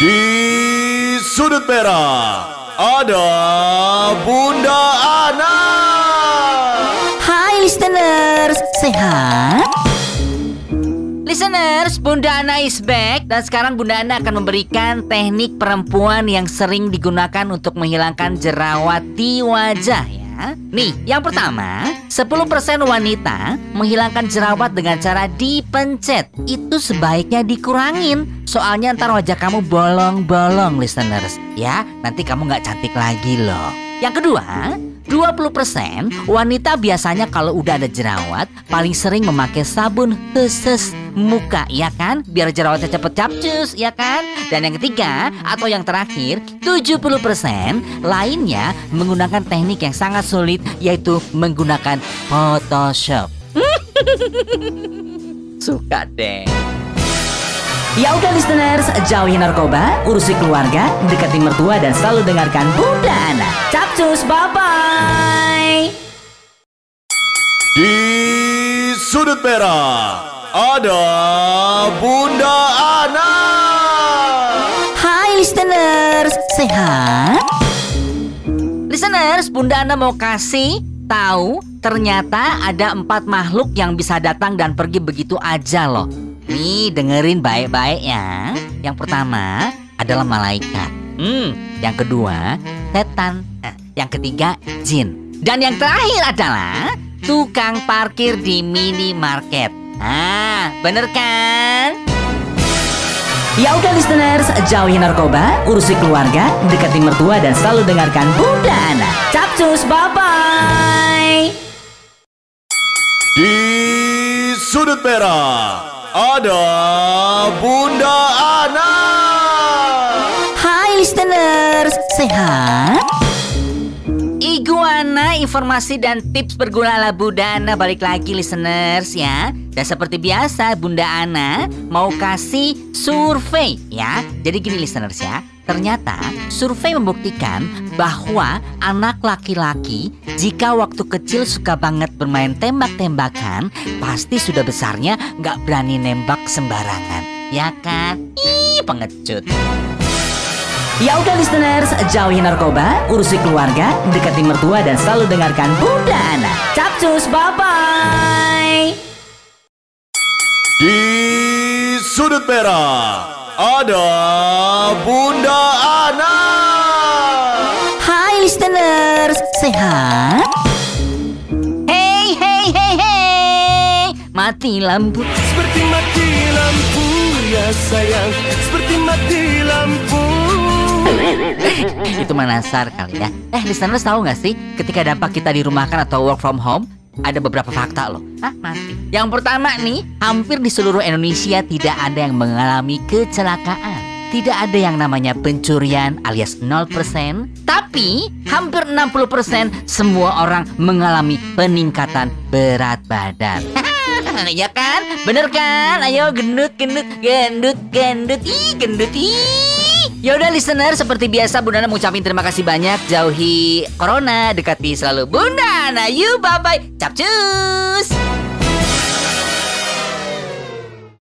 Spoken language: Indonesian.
Di sudut merah ada Bunda Ana. Hai listeners, sehat? Listeners, Bunda Ana is back. Dan sekarang Bunda Ana akan memberikan teknik perempuan yang sering digunakan untuk menghilangkan jerawat di wajah ya. Nih, yang pertama, 10% wanita menghilangkan jerawat dengan cara dipencet. Itu sebaiknya dikurangin. Soalnya ntar wajah kamu bolong-bolong listeners. Ya, nanti kamu nggak cantik lagi loh. Yang kedua, 20% wanita biasanya kalau udah ada jerawat paling sering memakai sabun khusus muka, ya kan? Biar jerawatnya cepet capcus, ya kan? Dan yang ketiga atau yang terakhir, 70% lainnya menggunakan teknik yang sangat sulit, yaitu menggunakan Photoshop. Suka deh. Ya udah listeners, jauhi narkoba, urusi keluarga, dekati mertua, dan selalu dengarkan Bunda Ana. Capcus, bye-bye. Di sudut merah ada Bunda Ana. Hai listeners, sehat? Listeners, Bunda Ana mau kasih tahu ternyata ada 4 makhluk yang bisa datang dan pergi begitu aja loh. Nih, dengerin baik-baik ya. Yang pertama adalah malaikat. Yang kedua setan. Yang ketiga jin. Dan yang terakhir adalah tukang parkir di minimarket. Bener kan? Ya udah listeners, jauhi narkoba, urusi keluarga, dekati mertua, dan selalu dengarkan Bunda Ana. Capcus, bye-bye. Di sudut merah ada Bunda Ana. Hai listeners, sehat? Iguana, informasi dan tips berguna ala Bunda Ana balik lagi listeners ya. Dan seperti biasa Bunda Ana mau kasih survei ya. Jadi gini listeners ya, ternyata survei membuktikan bahwa anak laki-laki jika waktu kecil suka banget bermain tembak-tembakan, pasti sudah besarnya nggak berani nembak sembarangan, ya kan? Ih, pengecut. Ya udah listeners, jauhi narkoba, urusi keluarga, dekati mertua, dan selalu dengarkan Bunda Ana. Capcus, bye-bye. Di sudut merah ada Bunda Ana. Hai listeners, sehat? Hey, hey, hey, hey. Mati lampu. Seperti mati lampu ya sayang, seperti mati lampu. Itu manasar kali ya. Listeners tahu nggak sih ketika dampak kita dirumahkan atau work from home, ada beberapa fakta loh. Mati. Yang pertama nih, hampir di seluruh Indonesia tidak ada yang mengalami kecelakaan. Tidak ada yang namanya pencurian alias 0%. Tapi hampir 60% semua orang mengalami peningkatan berat badan. Ya kan? Bener kan? Ayo gendut, gendut, gendut, gendut. Ih, gendut, ih. Ya udah listener, seperti biasa Bunda Ana mengucapkan terima kasih banyak. Jauhi corona, dekati selalu Bunda Ana. You bye-bye. Capcus.